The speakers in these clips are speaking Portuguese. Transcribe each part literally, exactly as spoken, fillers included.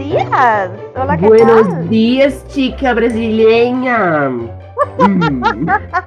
dias! Olá, que Buenos tal? dias, chica brasileira! Hum,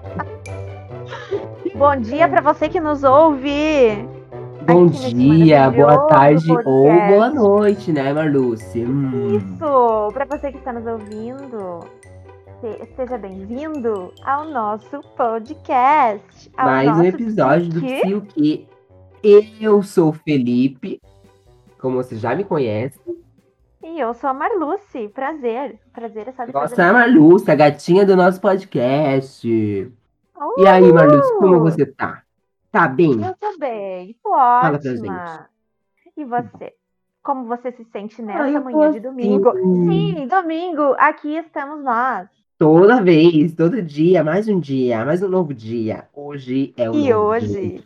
Bom dia para você que nos ouve Bom aqui nesse dia, boa maravilhoso tarde ou boa podcast. noite, né, Marluce? Hum, Isso! Para você que está nos ouvindo, se- seja bem-vindo ao nosso podcast, ao mais um nosso episódio do Psique. Psi o Quê? Eu sou o Felipe, como você já me conhece. E eu sou a Marluce. Prazer. Prazer é só depois da Nossa, a letra. Marluce, a gatinha do nosso podcast. E aí, Marluce, como Uhul! você tá? Tá bem? Eu tô bem, tô Fala pra gente. ótima. E você? Como você se sente Ah, nessa eu tô manhã de assim, domingo? Sim, domingo, aqui estamos nós. toda vez, todo dia, mais um dia, mais um novo dia. Hoje é um E novo dia. hoje,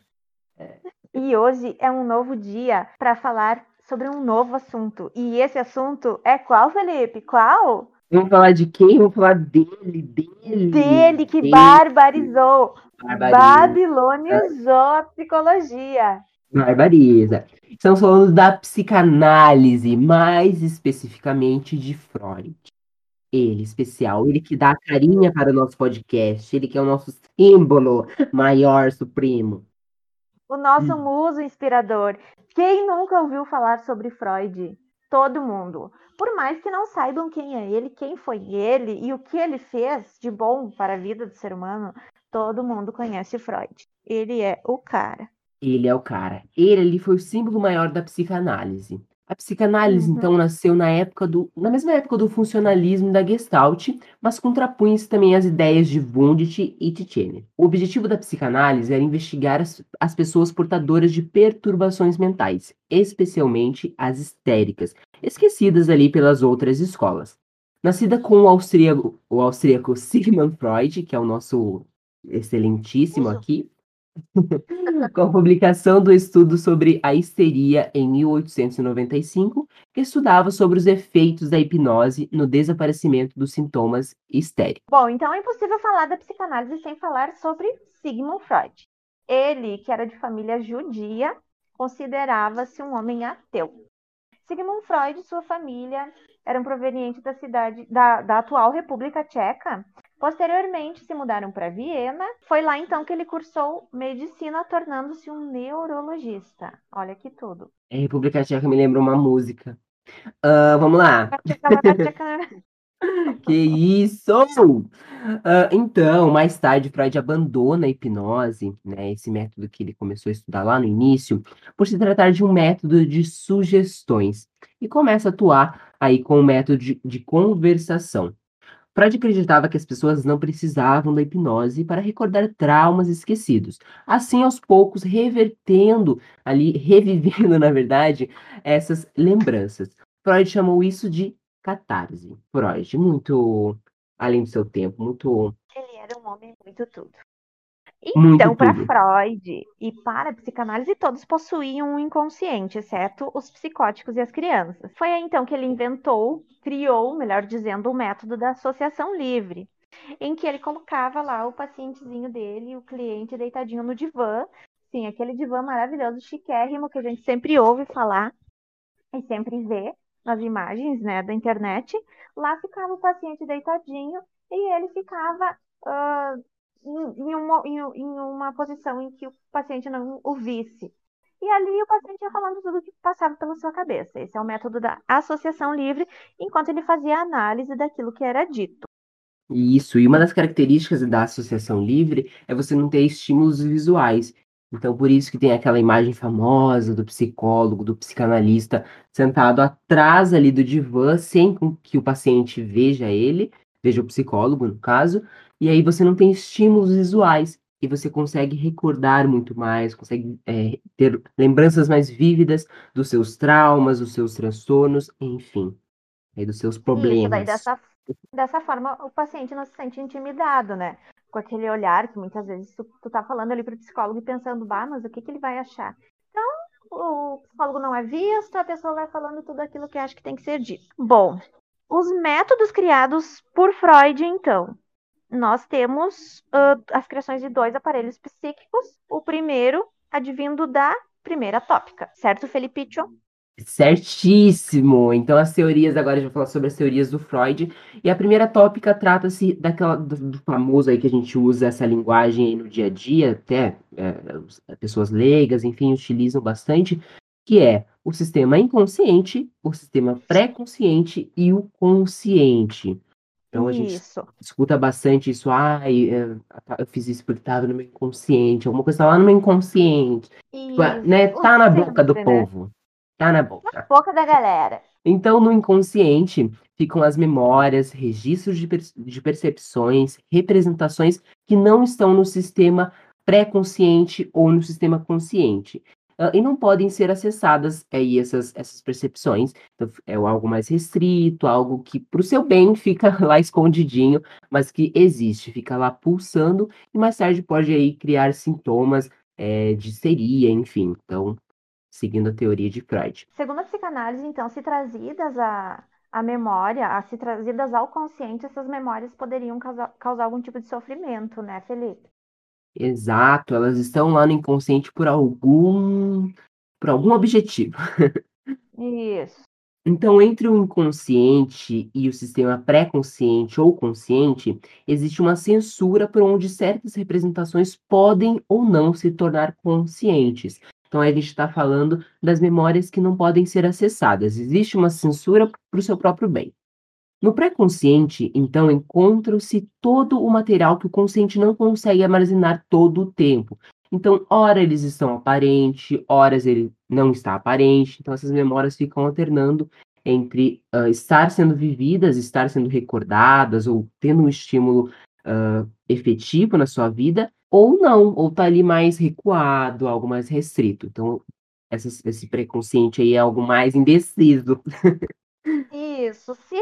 e hoje é um novo dia para falar sobre um novo assunto. E esse assunto é qual, Felipe? Qual? Vamos falar de quem? Vamos falar dele, dele, Dele que dele. barbarizou, Barbariza, babilonizou a psicologia. barbariza. Estamos falando da psicanálise, mais especificamente de Freud. Ele, especial, ele que dá a carinha para o nosso podcast, ele que é o nosso símbolo maior, supremo. O nosso Hum. muso inspirador. Quem nunca ouviu falar sobre Freud? Todo mundo. Por mais que não saibam quem é ele, quem foi ele e o que ele fez de bom para a vida do ser humano, todo mundo conhece Freud. Ele é o cara. Ele é o cara. Ele ali foi o símbolo maior da psicanálise. A psicanálise, Uhum. então, nasceu na época do, na mesma época do funcionalismo e da Gestalt, mas contrapunha-se também às ideias de Wundt e Titchener. O objetivo da psicanálise era investigar as, as pessoas portadoras de perturbações mentais, especialmente as histéricas, esquecidas ali pelas outras escolas. Nascida com o austríaco, o austríaco Sigmund Freud, que é o nosso excelentíssimo Muso. aqui, com a publicação do estudo sobre a histeria em mil oitocentos e noventa e cinco, que estudava sobre os efeitos da hipnose no desaparecimento dos sintomas histéricos. Bom, então é impossível falar da psicanálise sem falar sobre Sigmund Freud. Ele, que era de família judia, considerava-se um homem ateu. Sigmund Freud e sua família eram provenientes da cidade da, da atual República Tcheca. Posteriormente se mudaram para Viena. Foi lá então que ele cursou medicina, tornando-se um neurologista. Olha que tudo. A República Tcheca me lembra uma música. Ah, vamos lá. Que isso! Ah, então, mais tarde, Freud abandona a hipnose, né, esse método que ele começou a estudar lá no início, por se tratar de um método de sugestões, e começa a atuar aí com o método de, de conversação. Freud acreditava que as pessoas não precisavam da hipnose para recordar traumas esquecidos. Assim, aos poucos, revertendo ali, revivendo, na verdade, essas lembranças. Freud chamou isso de catarse. Freud, muito além do seu tempo, muito, Ele era um homem muito tudo. muito Então, para tudo. Freud e para a psicanálise, todos possuíam um inconsciente, exceto os psicóticos e as crianças. Foi aí então que ele inventou, criou, melhor dizendo, o método da associação livre, em que ele colocava lá o pacientezinho dele, o cliente deitadinho no divã, sim, aquele divã maravilhoso, chiquérrimo que a gente sempre ouve falar e sempre vê nas imagens, né, da internet. Lá ficava o paciente deitadinho e ele ficava uh, em, uma, em, em uma posição em que o paciente não o visse. E ali o paciente ia falando tudo o que passava pela sua cabeça. Esse é o método da associação livre, enquanto ele fazia a análise daquilo que era dito. Isso, e uma das características da associação livre é você não ter estímulos visuais. Então, por isso que tem aquela imagem famosa do psicólogo, do psicanalista, sentado atrás ali do divã, sem com que o paciente veja ele, veja o psicólogo, no caso, e aí você não tem estímulos visuais, e você consegue recordar muito mais, consegue, é, ter lembranças mais vívidas dos seus traumas, dos seus transtornos, enfim, aí dos seus E isso daí, problemas. dessa, dessa forma, o paciente não se sente intimidado, né? Com aquele olhar que muitas vezes tu, tu tá falando ali pro psicólogo e pensando, bah, mas o que, que ele vai achar? Então, o psicólogo não é visto, a pessoa vai falando tudo aquilo que acha que tem que ser dito. Bom, os métodos criados por Freud, então. Nós temos uh, as criações de dois aparelhos psíquicos. O primeiro advindo da primeira tópica, certo, Felipe? Certíssimo! Então, as teorias, agora a gente vai falar sobre as teorias do Freud. E a primeira tópica trata-se daquela, do, do famoso aí que a gente usa essa linguagem aí no dia a dia, até é, os- pessoas leigas, enfim, utilizam bastante, que é o sistema inconsciente, o sistema pré-consciente e o consciente. Então, a gente Isso, escuta bastante isso, ai, é, eu fiz isso porque estava no meu inconsciente, alguma coisa tá lá no meu inconsciente. Tipo, é, né, isso, tá na boca do sempre, né? povo. Tá na boca. Boca da galera. Então, no inconsciente ficam as memórias, registros de, per- de percepções, representações que não estão no sistema pré-consciente ou no sistema consciente. Ah, e não podem ser acessadas aí essas, essas percepções. Então, é algo mais restrito, algo que, para o seu bem, fica lá escondidinho, mas que existe, fica lá pulsando e mais tarde pode aí criar sintomas, eh, de histeria, enfim. Então, seguindo a teoria de Freud. Segundo a psicanálise, então, se trazidas à, à memória, a, se trazidas ao consciente, essas memórias poderiam causar, causar algum tipo de sofrimento, né, Felipe? Exato, elas estão lá no inconsciente por algum por algum objetivo. Isso, Então, entre o inconsciente e o sistema pré-consciente ou consciente, existe uma censura por onde certas representações podem ou não se tornar conscientes. Então, aí a gente está falando das memórias que não podem ser acessadas. Existe uma censura para o seu próprio bem. No pré-consciente, então, encontra-se todo o material que o consciente não consegue armazenar todo o tempo. Então, ora eles estão aparente, horas ele não está aparente. Então, essas memórias ficam alternando entre ah, estar sendo vividas, estar sendo recordadas, ou tendo um estímulo ah, efetivo na sua vida, ou não, ou tá ali mais recuado, algo mais restrito. Então, essas- esse pré-consciente aí é algo mais indeciso. isso. Se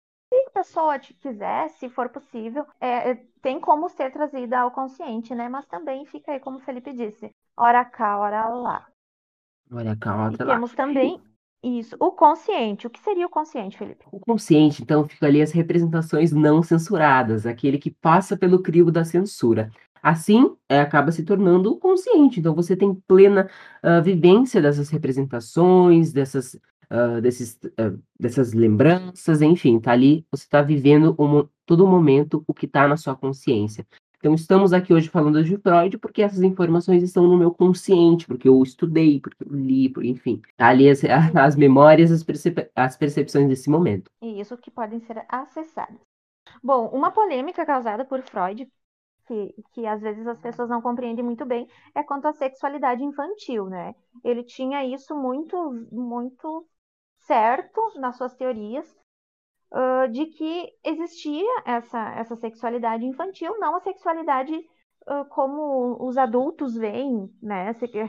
a pessoa te quiser, se for possível, é, é, tem como ser trazida ao consciente, né? Mas também fica aí, como o Felipe disse, ora cá, ora lá. Olha, calma, E lá. temos também isso, o consciente. O que seria o consciente, Felipe? O consciente, então, fica ali as representações não censuradas, aquele que passa pelo crivo da censura. Assim, eh, acaba se tornando o consciente. Então, você tem plena ah, vivência dessas representações, dessas, ah, desses, ah, dessas lembranças, enfim, tá ali, você está vivendo o mo- todo momento o que está na sua consciência. Então, estamos aqui hoje falando de Freud porque essas informações estão no meu consciente, porque eu estudei, porque eu li, por- enfim. Tá ali as, as memórias, as, percep- as percepções desse momento. E isso que podem ser acessadas. Bom, uma polêmica causada por Freud, que, que às vezes as pessoas não compreendem muito bem, é quanto à sexualidade infantil, né? Ele tinha isso muito, muito certo nas suas teorias, uh, de que existia essa, essa sexualidade infantil, não a sexualidade uh, como os adultos veem, né? Se, re,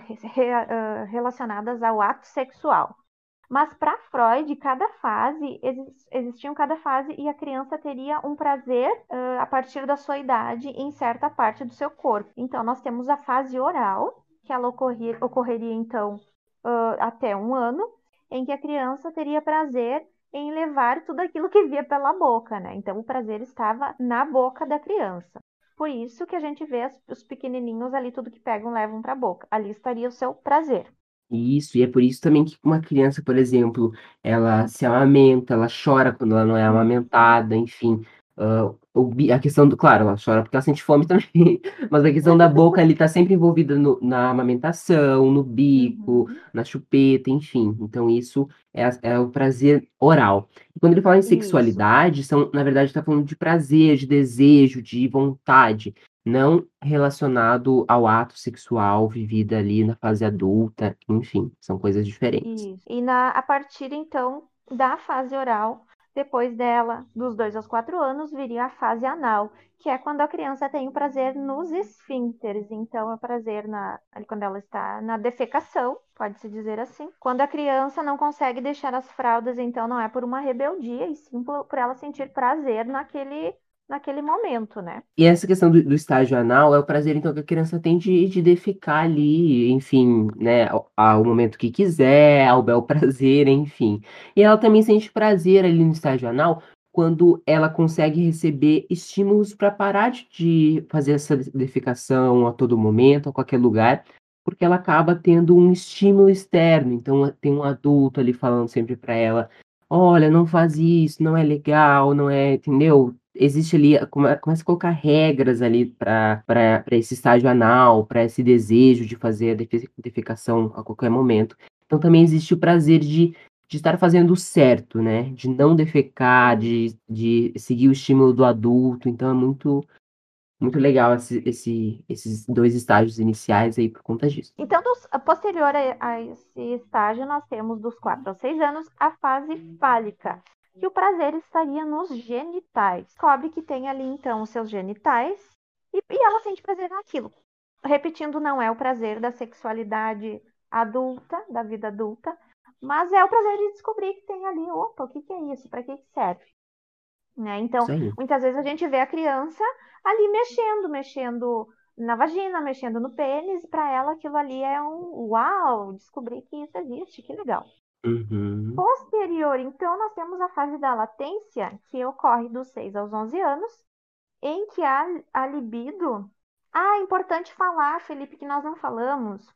uh, relacionadas ao ato sexual. Mas para Freud, cada fase, exis- existia cada fase e a criança teria um prazer uh, a partir da sua idade em certa parte do seu corpo. Então, nós temos a fase oral, que ela ocorria, ocorreria então uh, até um ano, em que a criança teria prazer em levar tudo aquilo que via pela boca, né? Então, o prazer estava na boca da criança. Por isso que a gente vê as, os pequenininhos ali, tudo que pegam, levam para a boca. Ali estaria o seu prazer. Isso, e é por isso também que uma criança, por exemplo, ela se amamenta, ela chora quando ela não é Uhum. amamentada, enfim. Ah, o bi- a questão do, claro, ela chora porque ela sente fome também, mas a questão da boca ali tá sempre envolvida no- na amamentação, no bico, Uhum. na chupeta, enfim. Então isso é, a- é o prazer oral. E quando ele fala em Isso. sexualidade, são, na verdade, está falando de prazer, de desejo, de vontade, não relacionado ao ato sexual vivido ali na fase adulta, enfim, são coisas diferentes. Isso. E na, a partir então da fase oral, depois dela, dos dois aos quatro anos, viria a fase anal, que é quando a criança tem o prazer nos esfíncteres. Então, é o prazer na, ali quando ela está na defecação, pode-se dizer assim. Quando a criança não consegue deixar as fraldas, então não é por uma rebeldia, e sim por, por ela sentir prazer naquele, naquele momento, né? E essa questão do, do estágio anal é o prazer, então, que a criança tem de, de defecar ali, enfim, né, ao, ao momento que quiser, ao bel prazer, enfim. E ela também sente prazer ali no estágio anal quando ela consegue receber estímulos para parar de, de fazer essa defecação a todo momento, a qualquer lugar, porque ela acaba tendo um estímulo externo. Então, tem um adulto ali falando sempre para ela: olha, não faz isso, não é legal, não é, entendeu? Existe ali, come- começa a colocar regras ali para para esse estágio anal, para esse desejo de fazer a defe- defecação a qualquer momento. Então, também existe o prazer de, de estar fazendo o certo, né? De não defecar, Sim. de, de seguir o estímulo do adulto. Então, é muito. Muito legal esse, esse- esses dois estágios iniciais aí por conta disso. Então, dos, posterior a, a esse estágio, nós temos dos quatro aos seis anos a fase fálica, que o prazer estaria nos genitais. Descobre que tem ali então os seus genitais e, e ela sente prazer naquilo. Repetindo, não é o prazer da sexualidade adulta, da vida adulta, mas é o prazer de descobrir que tem ali, opa, o que, que é isso? Para que, que serve? Né? Então, Isso aí. muitas vezes a gente vê a criança ali mexendo, mexendo na vagina, mexendo no pênis, para ela aquilo ali é um uau, descobri que isso existe, que legal. Uhum. Posterior, então, nós temos a fase da latência, que ocorre dos seis aos onze anos, em que a, a libido. Ah, é importante falar, Felipe, que nós não falamos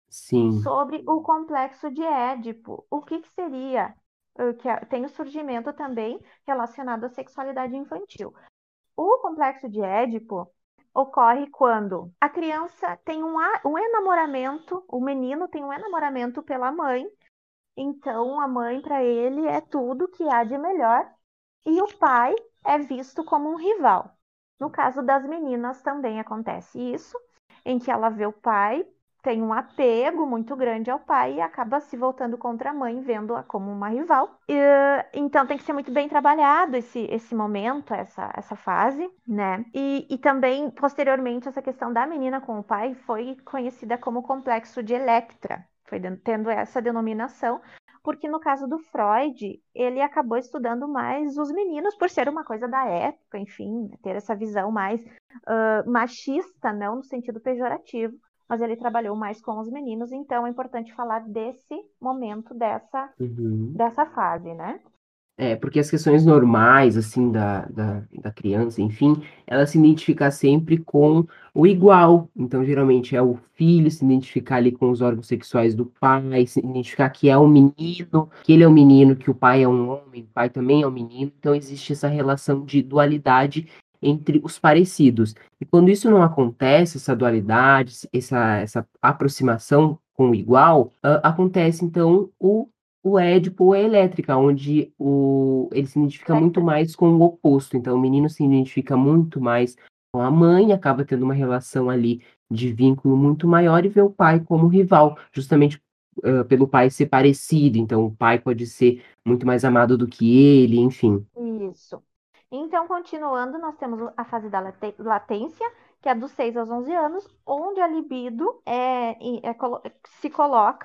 Sim. sobre o complexo de Édipo. O que, que seria? Eh, Que é- tem o surgimento também relacionado à sexualidade infantil. O complexo de Édipo ocorre quando a criança tem um, a- um enamoramento, o menino tem um enamoramento pela mãe, então a mãe para ele é tudo que há de melhor e o pai é visto como um rival. No caso das meninas também acontece isso, em que ela vê o pai, tem um apego muito grande ao pai e acaba se voltando contra a mãe, vendo-a como uma rival. E, então tem que ser muito bem trabalhado esse, esse momento, essa, essa fase, né? E, e também, posteriormente, essa questão da menina com o pai foi conhecida como complexo de Electra, foi tendo essa denominação, porque no caso do Freud, ele acabou estudando mais os meninos, por ser uma coisa da época, enfim, ter essa visão mais uh, machista, não no sentido pejorativo, mas ele trabalhou mais com os meninos, então é importante falar desse momento, dessa, Uhum. dessa fase, né? É, porque as questões normais, assim, da, da, da criança, enfim, ela se identifica sempre com o igual. Então, geralmente, é o filho se identificar ali com os órgãos sexuais do pai, se identificar que é um menino, que ele é um menino, que o pai é um homem, o pai também é um menino. Então, existe essa relação de dualidade entre os parecidos. E quando isso não acontece, essa dualidade, essa, essa aproximação com o igual, ah, acontece, então, o o Édipo ou a Elétrica, onde o, ele se identifica muito Electra. mais com o oposto. Então, o menino se identifica muito mais com a mãe, acaba tendo uma relação ali de vínculo muito maior e vê o pai como rival, justamente ah, pelo pai ser parecido. Então, o pai pode ser muito mais amado do que ele, enfim. Isso. Então, continuando, nós temos a fase da late- latência, que é dos seis aos onze anos, onde a libido é, é, colo- se coloca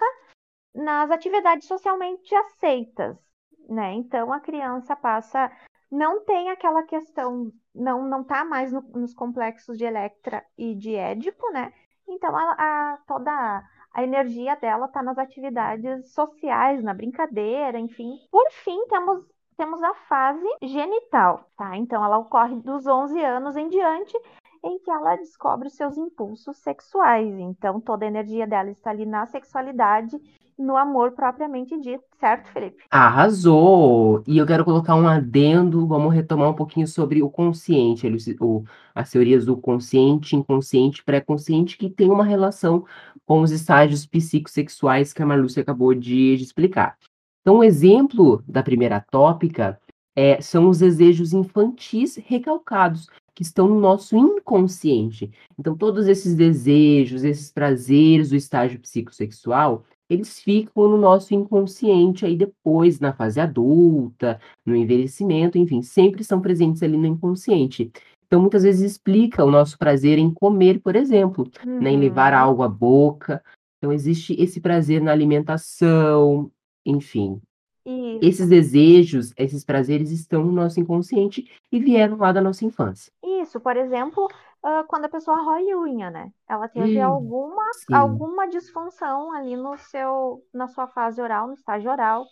nas atividades socialmente aceitas, né? Então a criança passa, não tem aquela questão, não não tá mais no- nos complexos de Electra e de Édipo, né? Então a, a- toda a energia dela tá nas atividades sociais, na brincadeira, enfim. Por fim, temos temos a fase genital, tá? Então ela ocorre dos onze anos em diante, em que ela descobre os seus impulsos sexuais. Então toda a energia dela está ali na sexualidade, no amor propriamente dito, certo, Felipe? Arrasou! E eu quero colocar um adendo, vamos retomar um pouquinho sobre o consciente, ele- o- as teorias do consciente, inconsciente, pré-consciente, que tem uma relação com os estágios psicossexuais que a Marlúcia acabou de, de explicar. Então, um exemplo da primeira tópica é, são os desejos infantis recalcados, que estão no nosso inconsciente. Então, todos esses desejos, esses prazeres do estágio psicossexual, eles ficam no nosso inconsciente aí depois, na fase adulta, no envelhecimento, enfim, sempre são presentes ali no inconsciente. Então, muitas vezes explica o nosso prazer em comer, por exemplo, né, em levar Uhum. algo à boca. Então, existe esse prazer na alimentação, enfim. Esses Isso. desejos, esses prazeres estão no nosso inconsciente e vieram lá da nossa infância. Isso, por exemplo, ah, quando a pessoa rói unha, né? Ela teve Hum, alguma, sim. alguma disfunção ali no seu, na sua fase oral, no estágio oral,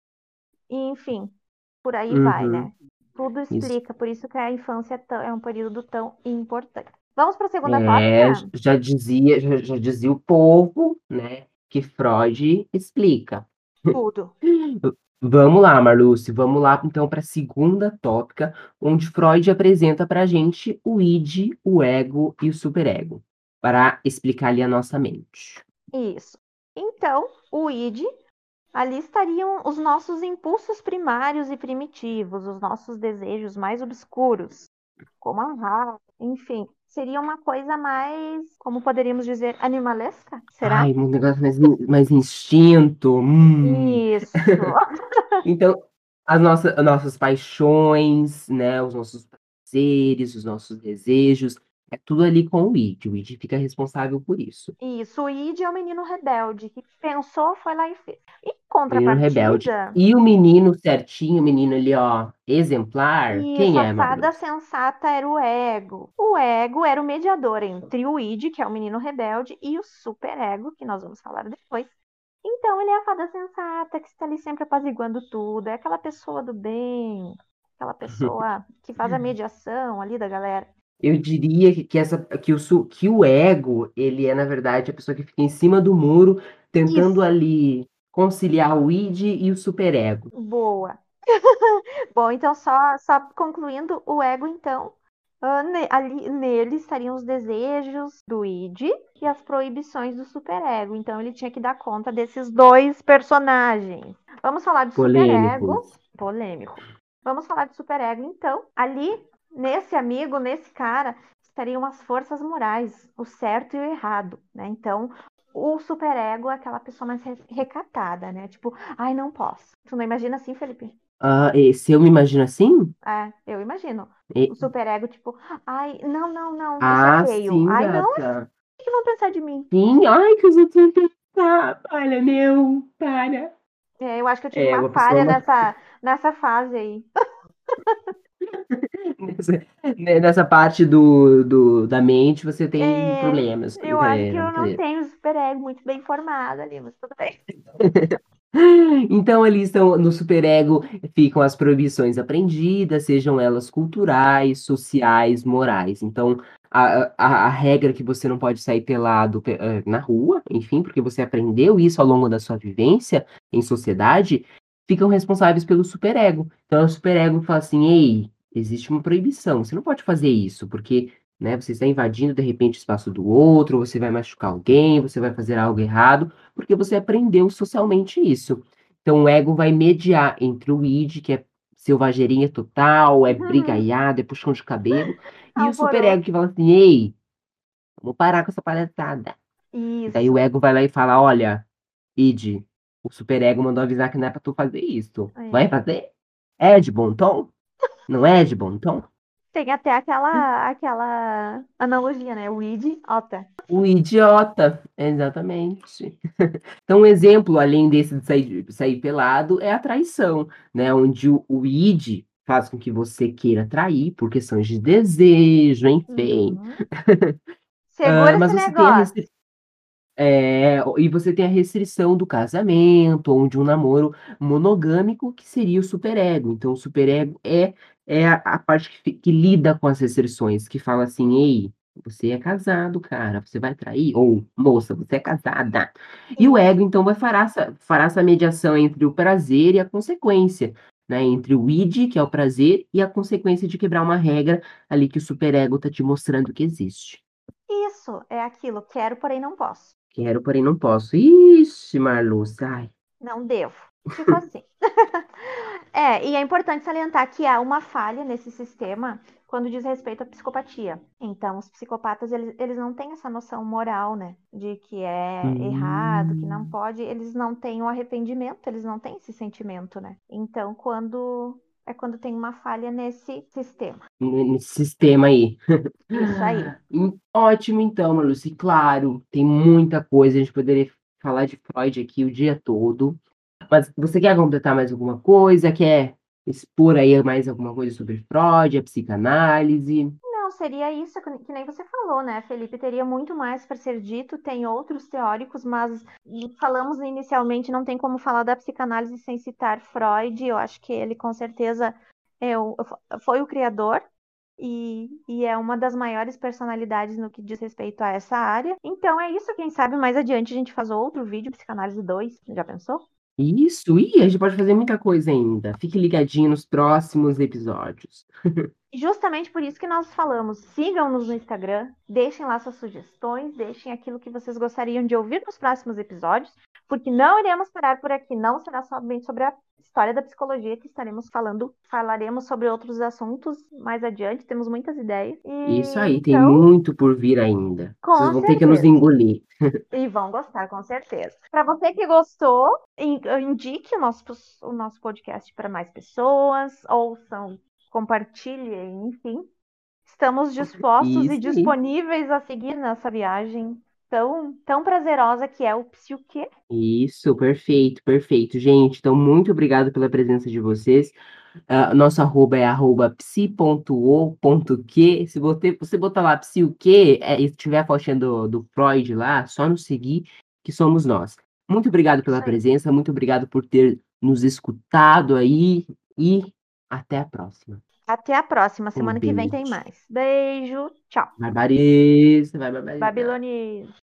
e, enfim, por aí vai, Uhum, né? Tudo isso. explica, por isso que a infância é tão- é um período tão importante. Vamos para a segunda É, tópica? já dizia, já, já dizia o povo, né, que Freud explica. Tudo. Vamos lá, Marluce, vamos lá então para a segunda tópica, onde Freud apresenta para a gente o id, o ego e o superego, para explicar ali a nossa mente. Isso. Então, o id, ali estariam os nossos impulsos primários e primitivos, os nossos desejos mais obscuros, como a raiva, enfim. Seria uma coisa mais, como poderíamos dizer, animalesca? Será? Ai, um negócio mais, in- mais instinto. Hum. Isso. Então, as nossas, as nossas paixões, né, os nossos prazeres, os nossos desejos, é tudo ali com o id. O id fica responsável por isso. Isso. O id é o menino rebelde que pensou, foi lá e fez. Em Menino rebelde. contrapartida, E o menino certinho, o menino ali, ó, exemplar, isso, quem a é, fada Marluz? sensata era o ego. O ego era o mediador entre o id, que é o menino rebelde, e o superego, que nós vamos falar depois. Então, ele é a fada sensata que está ali sempre apaziguando tudo. É aquela pessoa do bem, aquela pessoa que faz a mediação ali da galera. Eu diria que, que essa, que o, su- que o ego, ele é, na verdade, a pessoa que fica em cima do muro, tentando Isso, ali conciliar o id e o superego. boa. Bom, então só, só concluindo, o ego, então, ah, ne- ali nele estariam os desejos do id e as proibições do superego. Então ele tinha que dar conta desses dois personagens. Vamos falar de superego, Polêmicos. polêmico. Vamos falar de superego, então. Ali, nesse amigo, nesse cara, estariam as forças morais, o certo e o errado, né? Então, o superego é aquela pessoa mais re- recatada, né? Tipo, ai, não posso. Tu não imagina assim, Felipe? Ah, e se eu me imagino assim? É, eu imagino. O e- superego, tipo, ai, não, não, não, isso é ah, feio. sim, Ai, não, o gata. que vão pensar de mim? Sim, ai, que os outros vão pensar. Olha, meu, para. É, eu acho que eu tive É, uma uma pessoa falha não. nessa, nessa fase aí. Nessa, né, nessa parte do, do, da mente você tem É, problemas. eu acho que Brincadeira, eu não brincadeira. tenho superego muito bem formado ali, mas tudo bem. Então, ali estão, no superego ficam as proibições aprendidas, sejam elas culturais, sociais, morais. Então, a, a, a regra que você não pode sair pelado pe- eh, na rua, enfim, porque você aprendeu isso ao longo da sua vivência em sociedade, ficam responsáveis pelo superego. Então, o superego fala assim: ei, existe uma proibição, você não pode fazer isso, porque. Né, você está invadindo de repente o espaço do outro, você vai machucar alguém, você vai fazer algo errado porque você aprendeu socialmente isso. Então, o ego vai mediar entre o id, que é selvageirinha total, é brigaiada, é puxão de cabelo, e o superego, Alvoroço. que fala assim: ei, vamos parar com essa palhaçada. Daí o Isso. ego vai lá e fala: olha, id, o superego mandou avisar que não é pra tu fazer isso. Vai É. fazer? É de bom tom? Não é de bom tom? Tem até aquela, aquela analogia, né? O idiota. O idiota, exatamente. Então, um exemplo, além desse de sair, sair pelado, é a traição, né? Onde o, o id faz com que você queira trair por questões de desejo, enfim. Uhum. Ah, Segura mas esse você tem a, negócio. restri- é, e você tem a restrição do casamento, ou de um namoro monogâmico, que seria o superego. Então, o superego é, é a, a parte que, fi- que lida com as restrições, que fala assim, ei, você é casado, cara, você vai trair? Ou, moça, você é casada. E o Isso. ego, então, vai fará essa, fará essa mediação entre o prazer e a consequência, né? Entre o id, que é o prazer, e a consequência de quebrar uma regra ali que o superego está te mostrando que existe. Isso é aquilo. Quero, porém não posso. Quero, porém não posso. Ixi, Marluce, ai. Não devo. Tipo assim. É, e é importante salientar que há uma falha nesse sistema quando diz respeito à psicopatia. Então, os psicopatas, eles, eles não têm essa noção moral, né? De que é errado, que não Hum, pode. Eles não têm o arrependimento, eles não têm esse sentimento, né? Então, quando. É quando tem uma falha nesse sistema. nesse sistema aí. Isso aí. Hum, Ótimo, então, Marluce. Claro, tem muita coisa, a gente poderia falar de Freud aqui o dia todo. Mas você quer completar mais alguma coisa? Quer expor aí mais alguma coisa sobre Freud, a psicanálise? Não, seria isso que que nem você falou, né, Felipe? Teria muito mais para ser dito, tem outros teóricos, mas falamos inicialmente, não tem como falar da psicanálise sem citar Freud. Eu acho que ele, com certeza, é o- foi o criador. e, e é uma das maiores personalidades no que diz respeito a essa área. Então é isso, quem sabe mais adiante a gente faz outro vídeo, Psicanálise dois. Já pensou? Isso, e a gente pode fazer muita coisa ainda. Fique ligadinho nos próximos episódios. E justamente por isso que nós falamos, sigam-nos no Instagram, deixem lá suas sugestões, deixem aquilo que vocês gostariam de ouvir nos próximos episódios, porque não iremos parar por aqui, não será somente sobre a história da psicologia que estaremos falando, falaremos sobre outros assuntos mais adiante, temos muitas ideias. Isso E aí, tem então, muito por vir ainda. Vocês com vão ter que nos certeza. engolir. E vão gostar, com certeza. Para você que gostou, in- indique o nosso, o nosso podcast para mais pessoas, ouçam, compartilhem, enfim. Estamos dispostos e Isso aí. disponíveis a seguir nessa viagem tão, tão prazerosa que é o Psiuquê. Isso, perfeito, perfeito. Gente, então muito obrigado pela presença de vocês. Ah, nosso arroba é arroba psi ponto o ponto q. Se você, você botar lá psi o quê, é, e tiver a fotinha do, do Freud lá, só nos seguir, que somos nós. Muito obrigado pela Isso aí. presença, muito obrigado por ter nos escutado aí e até a próxima. Até a próxima. Um Semana que vem beijo. tem mais. Beijo. Tchau. Barbariza, vai, barbariza. Babilônia.